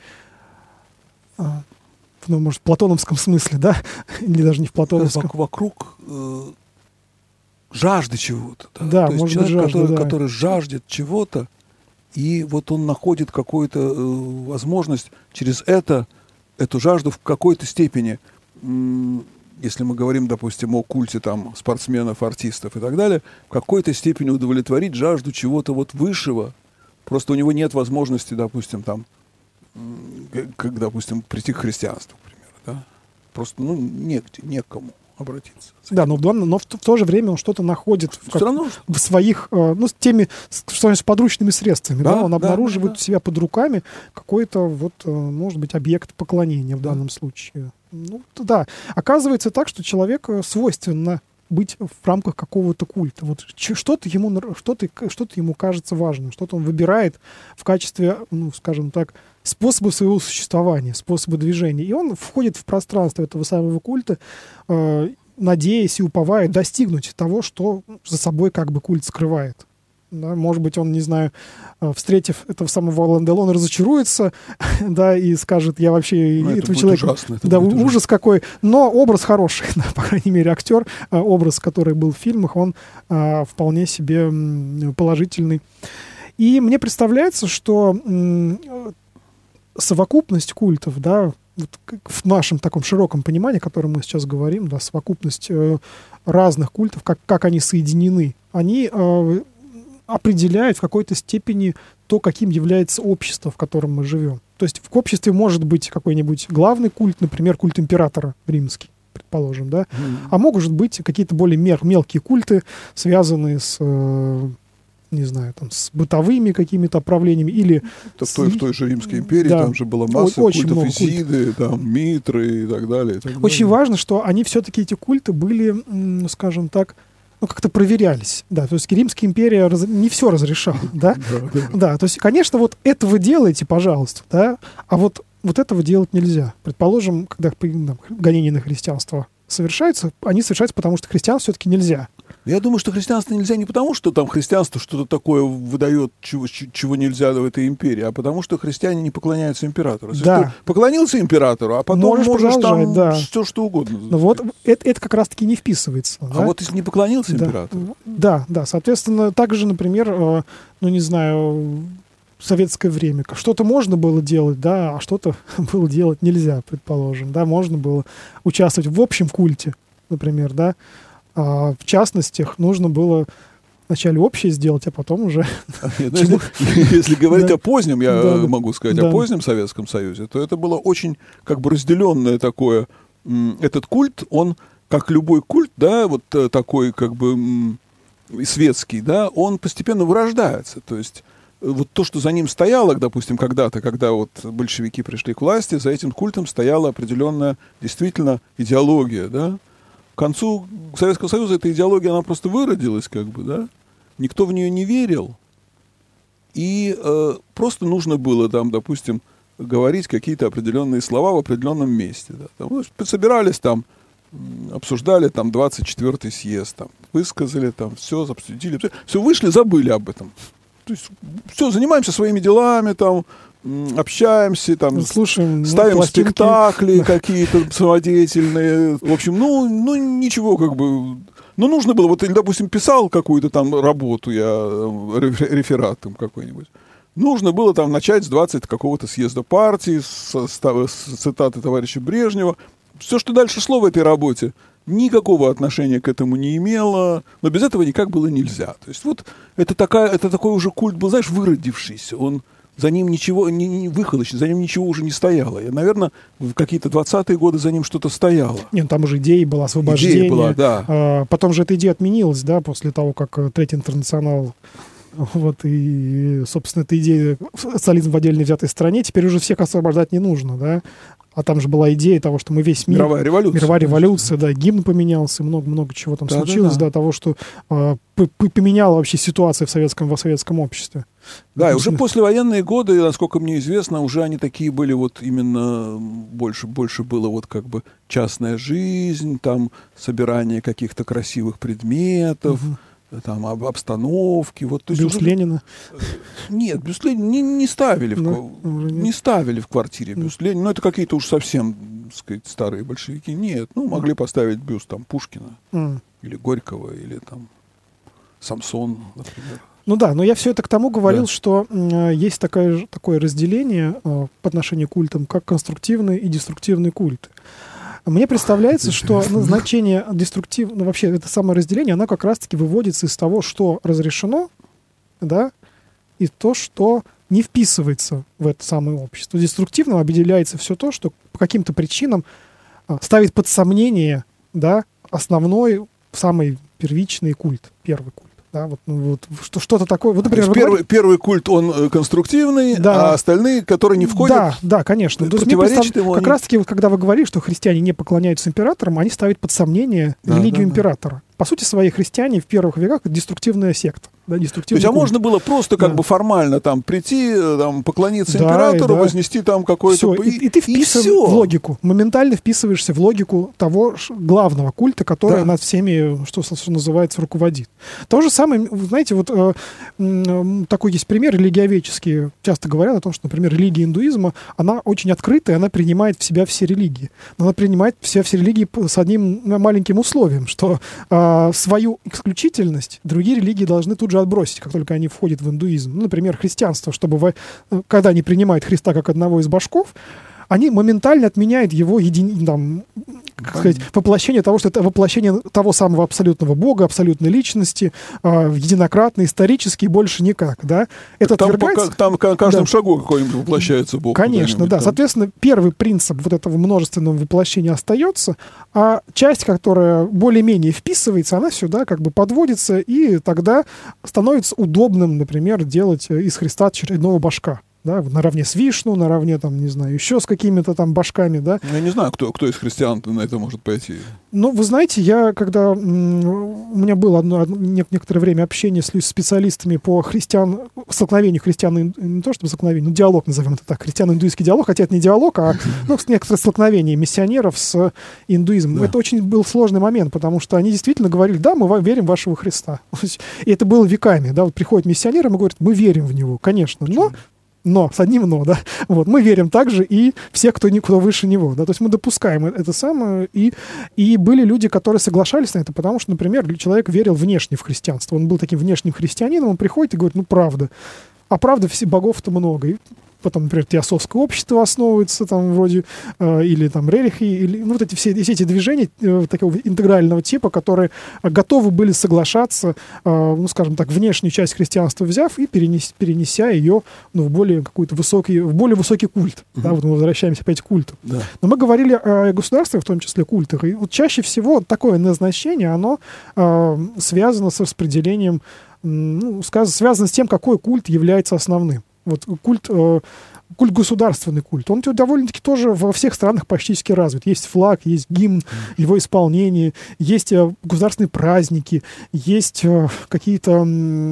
ну, может, в платоновском смысле, да? Или даже не в платоновском. Вокруг жажды чего-то. Да, то есть может человек, который жаждет чего-то, и вот он находит какую-то возможность через эту жажду в какой-то степени, если мы говорим, допустим, о культе там, спортсменов, артистов и так далее, в какой-то степени удовлетворить жажду чего-то вот высшего. Просто у него нет возможности, допустим, там, как, допустим, прийти к христианству, к примеру, да? Просто, ну, некому обратиться. Да, но в то же время он что-то находит в своих, ну, с подручными средствами, да? Он обнаруживает у себя под руками какой-то, вот, может быть, объект поклонения в данном случае. Ну, да. Оказывается так, что человеку свойственно быть в рамках какого-то культа. Вот что-то ему кажется важным, что-то он выбирает в качестве, ну, скажем так, способа своего существования, способа движения. И он входит в пространство этого самого культа, надеясь и уповая достигнуть того, что за собой как бы культ скрывает. Да? Может быть, он, не знаю, встретив этого самого Алан Делона, разочаруется, да, и скажет, я вообще этого человека... Ужасно, да, ужас какой. Но образ хороший, да, по крайней мере, актер, образ, который был в фильмах, он вполне себе положительный. И мне представляется, что совокупность культов, да, вот в нашем таком широком понимании, о котором мы сейчас говорим, да, совокупность разных культов, как они соединены, они определяют в какой-то степени то, каким является общество, в котором мы живем. То есть в обществе может быть какой-нибудь главный культ, например, культ императора римский, предположим, да, а могут быть какие-то более мелкие культы, связанные с... не знаю, там, с бытовыми какими-то правлениями, или... В той же Римской империи, да, там же была масса культов Исиды, там, Митры и так далее. Очень важно, что они все-таки, эти культы, были, скажем так, как-то проверялись. Да, то есть Римская империя не все разрешала, да? Да, то есть, конечно, вот это вы делаете, пожалуйста, да, а вот этого делать нельзя. Предположим, когда гонения на христианство совершаются, они совершаются, потому что христианство все-таки нельзя. Я думаю, что христианство нельзя не потому, что там христианство что-то такое выдает, чего нельзя в этой империи, а потому что христиане не поклоняются императору. Если ты поклонился императору, а потом можешь там все что угодно. Ну вот это как раз-таки не вписывается. А вот если не поклонился императору? Да. Соответственно, также, например, не знаю, в советское время что-то можно было делать, да, а что-то было делать нельзя, предположим. Да, можно было участвовать в общем культе, например, да. А в частностях нужно было вначале общее сделать, а потом уже... Если говорить о позднем, я могу сказать, о позднем Советском Союзе, то это было очень как бы разделенное такое... Этот культ, он, как любой культ, да, вот такой как бы светский, да, он постепенно вырождается. То есть вот то, что за ним стояло, допустим, когда-то, когда вот большевики пришли к власти, за этим культом стояла определенная действительно идеология, да. К концу Советского Союза эта идеология, она просто выродилась, как бы, да. Никто в нее не верил. И просто нужно было там, допустим, говорить какие-то определенные слова в определенном месте. Да. Там, собирались там, обсуждали там 24-й съезд, там, высказали там, все, обсудили, все, вышли, забыли об этом. То есть все, занимаемся своими делами, там, общаемся, там, слушаем, ставим спектакли какие-то самодеятельные. В общем, ничего, как бы. Ну, нужно было, вот, допустим, писал какую-то там работу, я, реферат там какой-нибудь. Нужно было там начать с 20 какого-то съезда партии, с цитаты товарища Брежнева. Все, что дальше шло в этой работе, никакого отношения к этому не имело, но без этого никак было нельзя. То есть вот это такой уже культ был, знаешь, выродившийся. За ним ничего, не выходочный, за ним ничего уже не стояло. И, наверное, в какие-то 20-е годы за ним что-то стояло. Нет, там уже идея была, освобождение. Идея была, да. Потом же эта идея отменилась, да, после того, как Третий интернационал, вот, и, собственно, эта идея социализм в отдельно взятой стране, теперь уже всех освобождать не нужно, да. А там же была идея того, что мы весь мир... Мировая революция, да, гимн поменялся, много чего там случилось, да, того, что поменяла вообще ситуация в советском обществе. Да, и уже послевоенные годы, насколько мне известно, уже они такие были вот именно больше было вот как бы частная жизнь, там собирание каких-то красивых предметов, там обстановки. Вот, Бюст Ленина? Нет, бюст Ленина не ставили, не ставили в квартире бюст Ленина. Но это какие-то уж совсем, так сказать, старые большевики. Нет, могли поставить бюст там Пушкина или Горького, или там Самсон, например. Ну да, но я все это к тому говорил, что есть такое разделение по отношению к культам, как конструктивные и деструктивные культы. Мне представляется, что значение деструктивного, вообще это самое разделение, оно как раз-таки выводится из того, что разрешено, да, и то, что не вписывается в это самое общество. Деструктивным определяется все то, что по каким-то причинам ставит под сомнение, да, основной, самый первичный культ, первый культ. Да, что-то такое. Вот, например, первый культ, он конструктивный, да, а остальные, которые не входят, да, конечно. Противоречат ему. Как раз-таки, вот, когда вы говорили, что христиане не поклоняются императорам, они ставят под сомнение религию императора. По сути своей, христиане в первых веках — это деструктивная секта. Да, То деструктивный есть, а культ. можно было просто как Да. бы формально там прийти, там, поклониться Да, императору, да. вознести там какой-то... Всё, и ты вписываешь всё. в логику, моментально вписываешься в логику того главного культа, который Да. над всеми, что называется, руководит. То же самое, вы знаете, вот такой есть пример религиоведческий. Часто говорят о том, что, например, религия индуизма, она очень открытая, она принимает в себя все религии. Но она принимает в себя все религии с одним маленьким условием, что свою исключительность другие религии должны тут же отбросить, как только они входят в индуизм. Ну, например, христианство, чтобы когда они принимают Христа как одного из божков, они моментально отменяют его воплощение того, что это воплощение того самого абсолютного Бога, абсолютной личности, единократно, исторически, больше никак, да. Это Там отвергается. на каждом Да. шагу какой-нибудь воплощается Бог. Конечно, куда-нибудь да. там. Соответственно, первый принцип вот этого множественного воплощения остается, а часть, которая более-менее вписывается, она сюда как бы подводится, и тогда становится удобным, например, делать из Христа очередного божка. Да, наравне с Вишну, наравне, там, не знаю, еще с какими-то там божками, да. Я не знаю, кто из христиан на это может пойти. Ну, вы знаете, я когда... у меня было некоторое время общение с специалистами по столкновению христиан, не то чтобы столкновение, но диалог, назовем это так, христиано-индуистский диалог, хотя это не диалог, а некоторое столкновение миссионеров с индуизмом. Да. Это очень был сложный момент, потому что они действительно говорили, да, мы верим в вашего Христа. И это было веками, да, вот приходят миссионеры, и говорят, мы верим в него, конечно, но, с одним но, да, вот, мы верим также и всех, кто выше него, да, то есть мы допускаем это самое, и были люди, которые соглашались на это, потому что, например, человек верил внешне в христианство, он был таким внешним христианином, он приходит и говорит, ну, правда, а правда, богов-то много, и потом, например, теософское общество основывается, там, вроде, или там Рерихи, или, ну, вот все эти движения такого интегрального типа, которые готовы были соглашаться, ну, скажем так, внешнюю часть христианства взяв и перенеся ее, ну, в более высокий культ. Да, вот мы возвращаемся опять к культу. Да. Но мы говорили о государстве, в том числе культах, и вот чаще всего такое назначение, оно связано с распределением, связано с тем, какой культ является основным. Вот культ государственный культ, он довольно-таки тоже во всех странах практически развит. Есть флаг, есть гимн, его исполнение, есть государственные праздники, есть какие-то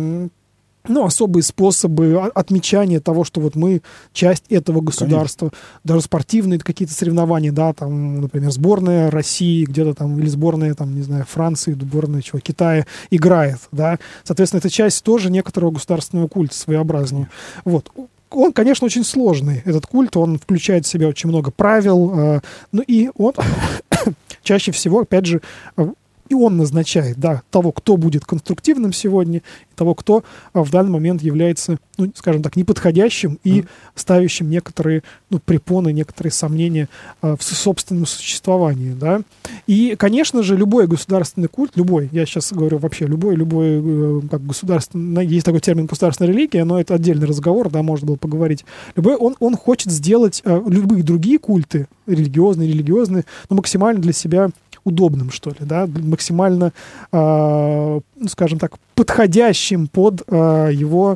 особые способы отмечания того, что вот мы часть этого государства. Конечно. Даже спортивные какие-то соревнования, да, там, например, сборная России где-то там, или сборная, там, не знаю, Франции, сборная Китая играет, да. Соответственно, это часть тоже некоторого государственного культа своеобразного. Вот. Он, конечно, очень сложный, этот культ, он включает в себя очень много правил, и он чаще всего, опять же, и он назначает, да, того, кто будет конструктивным сегодня, и того, кто в данный момент является, ну, скажем так, неподходящим и ставящим некоторые, препоны, некоторые сомнения в собственном существовании, да. И, конечно же, любой государственный культ, я сейчас говорю вообще, любой, как государственный, есть такой термин государственная религия, но это отдельный разговор, да, можно было поговорить. Он хочет сделать любые другие культы, религиозные, но максимально для себя удобным, что ли, да, максимально, скажем так, подходящим под его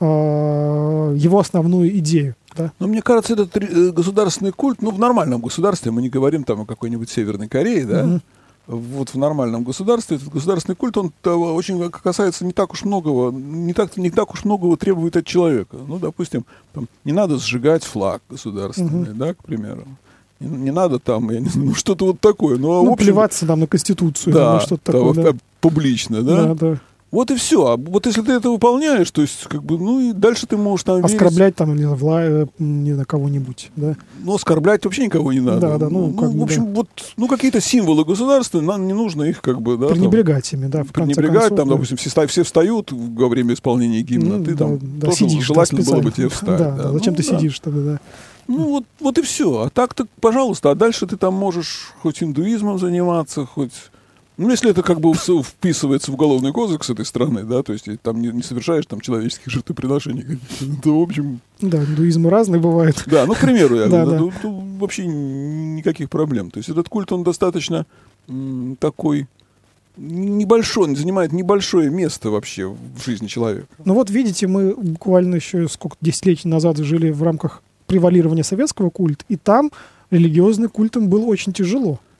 основную идею. Да? Но мне кажется, этот государственный культ, в нормальном государстве, мы не говорим там о какой-нибудь Северной Корее, да, вот в нормальном государстве этот государственный культ, он очень касается не так уж многого, не так уж многого требует от человека. Ну, допустим, там, не надо сжигать флаг государственный, да, к примеру. Не надо там, я не знаю, что-то вот такое. В общем, плеваться там на Конституцию, да, что-то такое. Да. Публично, да? Да. Вот и все. А вот если ты это выполняешь, то есть, как бы, и дальше ты можешь там оскорблять там, не знаю, кого-нибудь, да? Оскорблять вообще никого не надо. Да, в общем, вот, какие-то символы государства, нам не нужно их, как бы, да. Пренебрегать ими, да, в конце пренебрегать, концов, там, да. допустим, все встают во время исполнения гимна, ты там тоже сидишь, желательно было бы тебе встать. Да, зачем ты сидишь тогда, да? Вот и все. А так-то, пожалуйста, а дальше ты там можешь хоть индуизмом заниматься, хоть... если это как бы вписывается в уголовный кодекс этой страны, да, то есть там не совершаешь там человеческих жертвоприношений, то, в общем... Да, индуизмы разные бывают. Да, к примеру, я говорю, вообще никаких проблем. То есть этот культ, он достаточно такой... небольшой, он занимает небольшое место вообще в жизни человека. Видите, мы буквально еще 10 лет назад жили в рамках превалирования советского культа, и там религиозный культом было очень тяжело.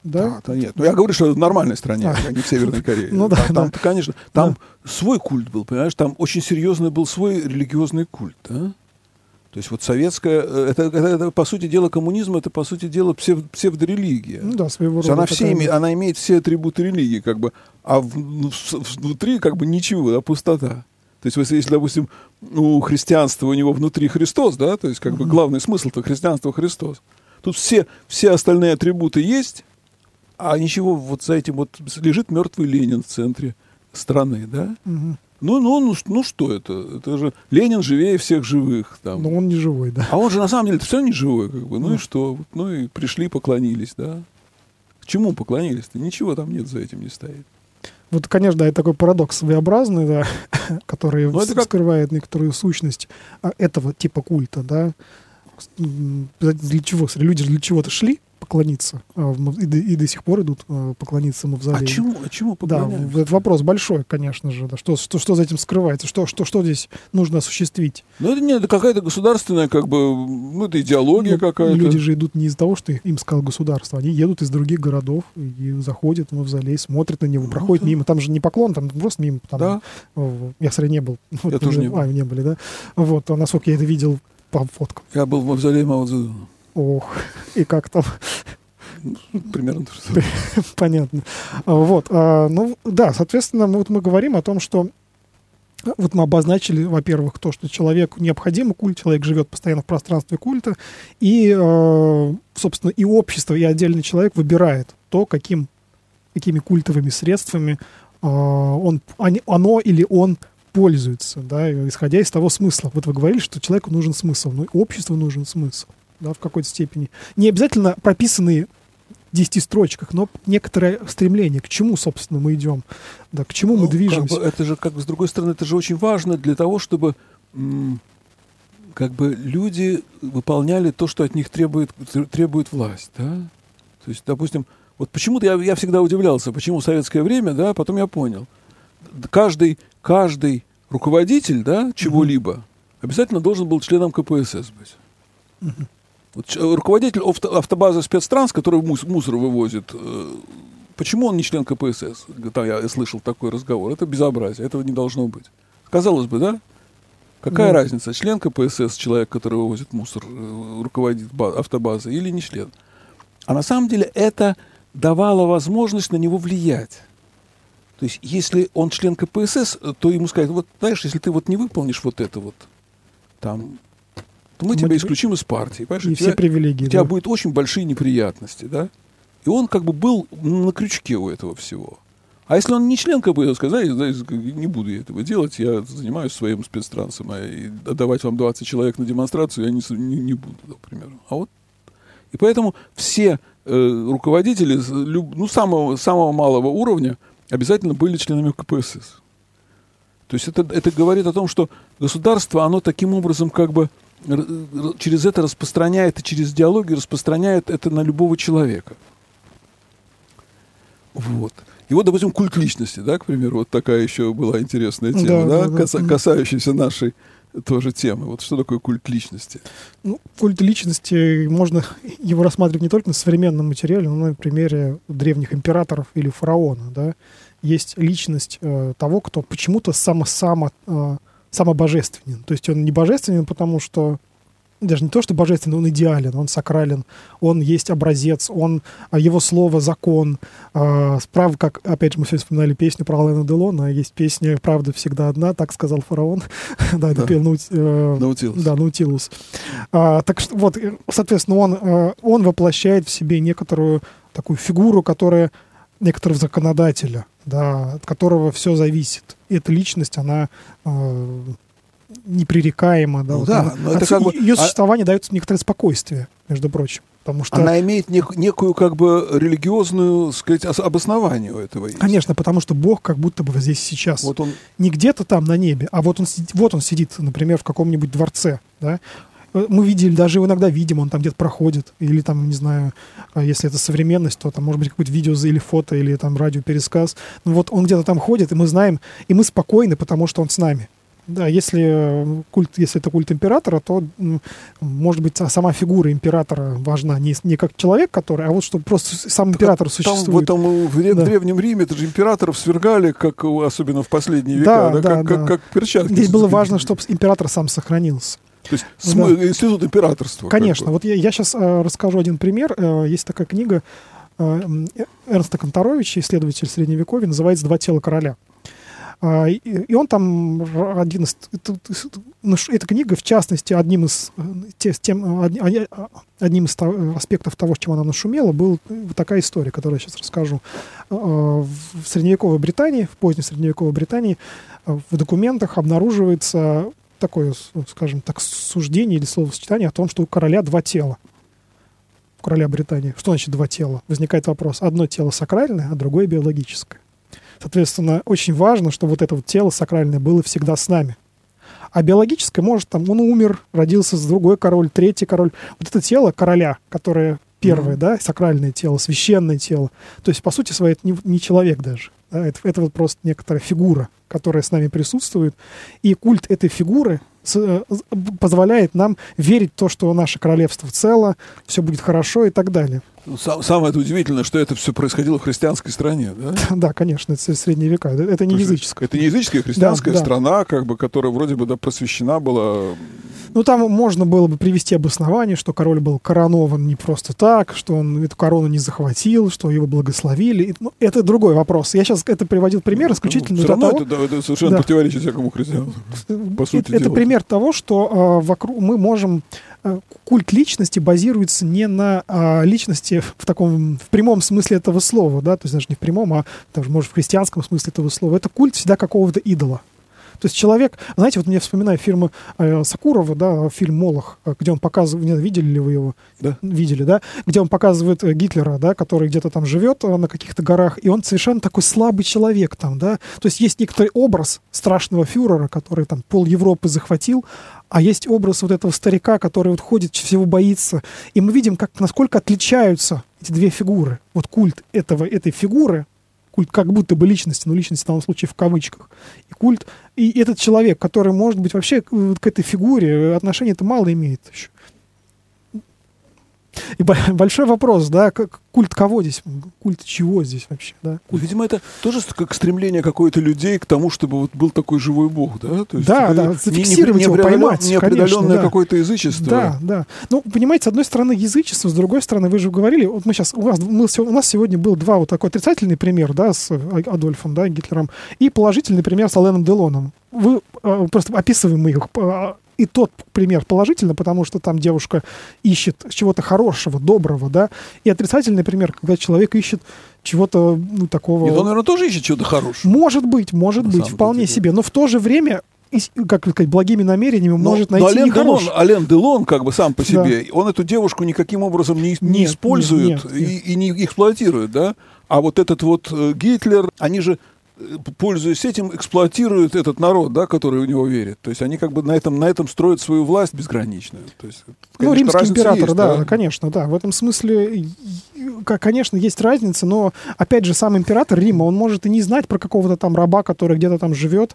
да? Да, нет. Ну, я говорю, что в нормальной стране, а не в Северной Корее. Ну да, Там, да. конечно, там свой культ был, понимаешь, там очень серьезный был свой религиозный культ, да? То есть вот советская, это, по сути дела, коммунизм, это, по сути дела, псевдорелигия. Ну да, своего То есть рода. она имеет все атрибуты религии, как бы, а внутри как бы ничего, да, пустота. То есть, если, допустим, у христианства у него внутри Христос, да, то есть, как бы главный смысл-то христианства Христос. Тут все остальные атрибуты есть, а ничего, вот за этим вот лежит мертвый Ленин в центре страны, да. Ну, что это? Это же Ленин живее всех живых. Там. Но он не живой, да. А он же на самом деле все не живой, как бы. Ну и что? Ну и пришли, поклонились, да. К чему поклонились-то? Ничего там нет, за этим не стоит. Вот, конечно, да, это такой парадокс своеобразный, да, который скрывает некоторую сущность этого типа культа, да. Для чего? Люди же для чего-то шли поклониться, и до сих пор идут поклониться мавзолею. А чему поклоняются? Да, этот вопрос большой, конечно же. Да. Что за этим скрывается? Что здесь нужно осуществить? Ну, это какая-то государственная, как бы, ну, это идеология какая-то. Люди же идут не из-за того, что им сказал государство. Они едут из других городов и заходят в мавзолей, смотрят на него, проходят мимо. Там же не поклон, там просто мимо. Там, да. Я, кстати, не был. Я тоже не был. Не были, да? Вот, насколько я это видел по фоткам. Я был в мавзолее Мао Цзэдуна. Ох, и как там? Примерно то же самое. Понятно. Вот, ну, да, соответственно, мы говорим о том, что вот мы обозначили, во-первых, то, что человеку необходим культ, человек живет постоянно в пространстве культа, и, собственно, и общество, и отдельный человек выбирает то, какими культовыми средствами оно или он пользуется, да, исходя из того смысла. Вот вы говорили, что человеку нужен смысл, но и обществу нужен смысл, да, в какой-то степени. Не обязательно прописанные в 10 строчках, но некоторое стремление, к чему, собственно, мы идем, да, к чему мы движемся. Как бы, это же, как бы, с другой стороны, это же очень важно для того, чтобы как бы люди выполняли то, что от них требует власть, да. То есть, допустим, вот почему-то я всегда удивлялся, почему в советское время, да, потом я понял. Каждый руководитель, да, чего-либо обязательно должен был членом КПСС быть. Вот, руководитель автобазы спецтранс, который мусор вывозит, почему он не член КПСС? Там я слышал такой разговор. Это безобразие, этого не должно быть. Казалось бы, да? Какая разница, член КПСС, человек, который вывозит мусор, руководит автобазой, или не член? А на самом деле это давало возможность на него влиять. То есть, если он член КПСС, то ему сказать, вот, знаешь, если ты вот не выполнишь вот это вот, там, то мы тебя исключим из партии. И все привилегии. У тебя будут очень большие неприятности, да? И он как бы был на крючке у этого всего. А если он не член КПСС, сказать, не буду я этого делать, я занимаюсь своим спецтрансом, и отдавать вам 20 человек на демонстрацию я не буду, например. А вот. И поэтому все руководители, ну, самого малого уровня, обязательно были членами КПСС. То есть это говорит о том, что государство, оно таким образом как бы через это распространяет, и через диалоги распространяет это на любого человека. Вот. И вот, допустим, культ личности, да, к примеру, вот такая еще была интересная тема, касающаяся нашей тоже темы. Вот что такое культ личности? Ну, культ личности, можно его рассматривать не только на современном материале, но и на примере древних императоров или фараона, да. Есть личность того, кто почему-то самобожественен. То есть он не божественен, потому что даже не то, что божественный, он идеален, он сакрален, он есть образец, его слово — закон. Справа, как, опять же, мы сегодня вспоминали песню про Алена Делона, есть песня «Правда всегда одна», так сказал фараон. Да, это пел Наутилус. Да, Наутилус. Так что, вот, соответственно, он воплощает в себе некоторую такую фигуру, которая некоторого законодателя, да, от которого все зависит. И эта личность, она непререкаема. Да, ну, вот да, но это как бы, ее существование дает некоторое спокойствие, между прочим. Потому что она имеет некую как бы религиозную, сказать, обоснование у этого есть. Конечно, потому что Бог как будто бы здесь сейчас. Вот он не где-то там на небе, а вот он сидит, например, в каком-нибудь дворце, да. Мы видели, даже иногда видим, он там где-то проходит, или там, не знаю, если это современность, то там может быть какое-то видео или фото, или там радиопересказ. Ну вот он где-то там ходит, и мы знаем, и мы спокойны, потому что он с нами. Да, если это культ императора, то, может быть, сама фигура императора важна не как человек, который, а вот что просто сам император существует. В Древнем Риме это же императоров свергали, как, особенно в последние века, как перчатки. Здесь было важно, чтобы император сам сохранился. То есть институт императорства. Конечно. Вот я сейчас расскажу один пример. Есть такая книга Эрнста Канторовича, исследователь Средневековья, называется «Два тела короля». И он там эта книга, в частности, одним из аспектов того, с чем она нашумела, была такая история, которую я сейчас расскажу. В средневековой Британии, в поздней средневековой Британии, в документах обнаруживается такое, скажем так, суждение или словосочетание о том, что у короля два тела. У короля Британии. Что значит два тела? Возникает вопрос. Одно тело сакральное, а другое биологическое. Соответственно, очень важно, чтобы вот это вот тело сакральное было всегда с нами. А биологическое, может, там, он умер, родился другой король, третий король. Вот это тело короля, которое первое, да, сакральное тело, священное тело. То есть, по сути своей, это не человек даже. Да, это вот просто некоторая фигура, которая с нами присутствует. И культ этой фигуры позволяет нам верить в то, что наше королевство цело, все будет хорошо и так далее. Самое удивительное, что это все происходило в христианской стране, да? Да, конечно, это средние века. Это не языческая. Это не языческая, христианская страна, как бы, которая вроде бы просвещена была. Ну, там можно было бы привести обоснование, что король был коронован не просто так, что он эту корону не захватил, что его благословили. Ну, это другой вопрос. Я сейчас это приводил пример исключительно для того... это совершенно противоречит всякому христианству, по сути дела. Это пример того, что вокруг мы можем... Культ личности базируется не на личности в прямом смысле этого слова, да, то есть даже не в прямом, а даже, может, в христианском смысле этого слова. Это культ всегда какого-то идола. То есть человек, знаете, вот мне вспоминаю фильмы Сакурова, да, фильм «Молох», где он показывает, видели ли вы его? Да. Видели, да? Где он показывает Гитлера, да, который где-то там живет на каких-то горах, и он совершенно такой слабый человек там, да. То есть есть некоторый образ страшного фюрера, который там пол Европы захватил, а есть образ вот этого старика, который вот ходит, всего боится. И мы видим, насколько отличаются эти две фигуры. Вот культ этой фигуры, культ как будто бы личности, но личности в данном случае в кавычках, и культ, и этот человек, который, может быть, вообще к этой фигуре отношения-то мало имеет еще. И большой вопрос, да, культ кого здесь? Культ чего здесь вообще? Да? Видимо, это тоже как стремление какой-то людей к тому, чтобы вот был такой живой бог, да? То есть, да, зафиксировать его, поймать. Неопределенное какое-то язычество. Да. Ну, понимаете, с одной стороны язычество, с другой стороны, вы же говорили, вот мы сейчас, у нас сегодня был два вот такой отрицательный пример, да, с Адольфом, да, Гитлером, и положительный пример с Аленом Делоном. Вы просто описываем их. И тот пример положительно, потому что там девушка ищет чего-то хорошего, доброго, да, и отрицательный пример, когда человек ищет чего-то, ну, такого... Нет, он, наверное, тоже ищет чего-то хорошего. Может быть, вполне себе, но в то же время, как сказать, благими намерениями может найти нехорошее. Ален Делон, как бы сам по себе, он эту девушку никаким образом не использует и не эксплуатирует, да, а вот этот вот Гитлер, они же, пользуясь этим, эксплуатируют этот народ, да, который в него верит. То есть они как бы на этом строят свою власть безграничную. То есть, конечно, римский император, есть, да, конечно, да. В этом смысле, конечно, есть разница, но, опять же, сам император Рима, он может и не знать про какого-то там раба, который где-то там живет,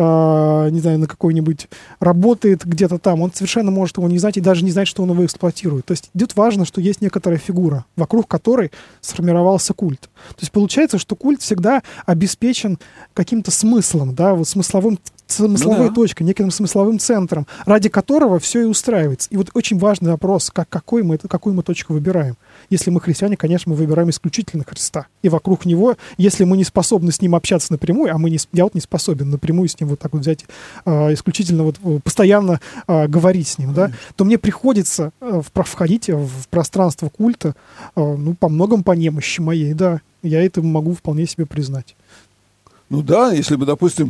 не знаю, на какой-нибудь, работает где-то там. Он совершенно может его не знать и даже не знать, что он его эксплуатирует. То есть тут важно, что есть некоторая фигура, вокруг которой сформировался культ. То есть получается, что культ всегда обеспечен каким-то смыслом, да, вот смысловой точкой, неким смысловым центром, ради которого все и устраивается. И вот очень важный вопрос, какую мы точку выбираем. Если мы христиане, конечно, мы выбираем исключительно Христа. И вокруг него, если мы не способны с ним общаться напрямую, я вот не способен напрямую с ним вот так вот взять, исключительно вот постоянно говорить с ним, да, то мне приходится входить в пространство культа, по многому по немощи моей, да, я это могу вполне себе признать. Ну да, если бы, допустим,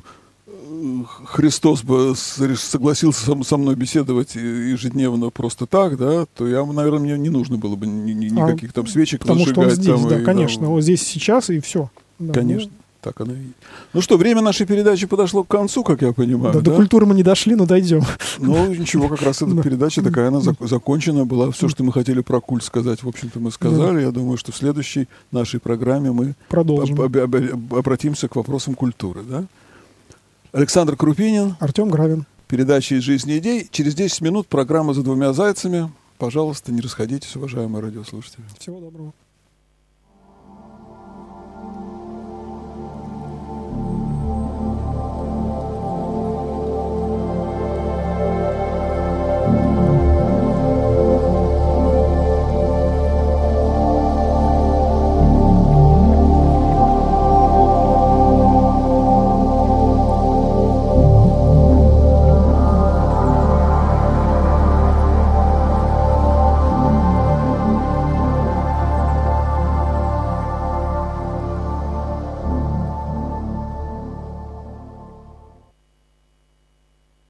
Христос бы согласился со мной беседовать ежедневно просто так, да, то наверное, мне не нужно было бы никаких там свечек потому зажигать. Потому что он здесь, да, конечно, он здесь сейчас и все. Да, конечно. Так оно и есть. Ну что, время нашей передачи подошло к концу, как я понимаю. Да, до культуры мы не дошли, но дойдем. Ну, ничего, как раз эта передача такая, она закончена была. Все, что мы хотели про культ сказать, в общем-то, мы сказали. Я думаю, что в следующей нашей программе мы продолжим. Обратимся к вопросам культуры, да? Александр Крупинин. Артем Гравин. Передача «Из жизни идей». Через 10 минут программа «За двумя зайцами». Пожалуйста, не расходитесь, уважаемые радиослушатели. Всего доброго.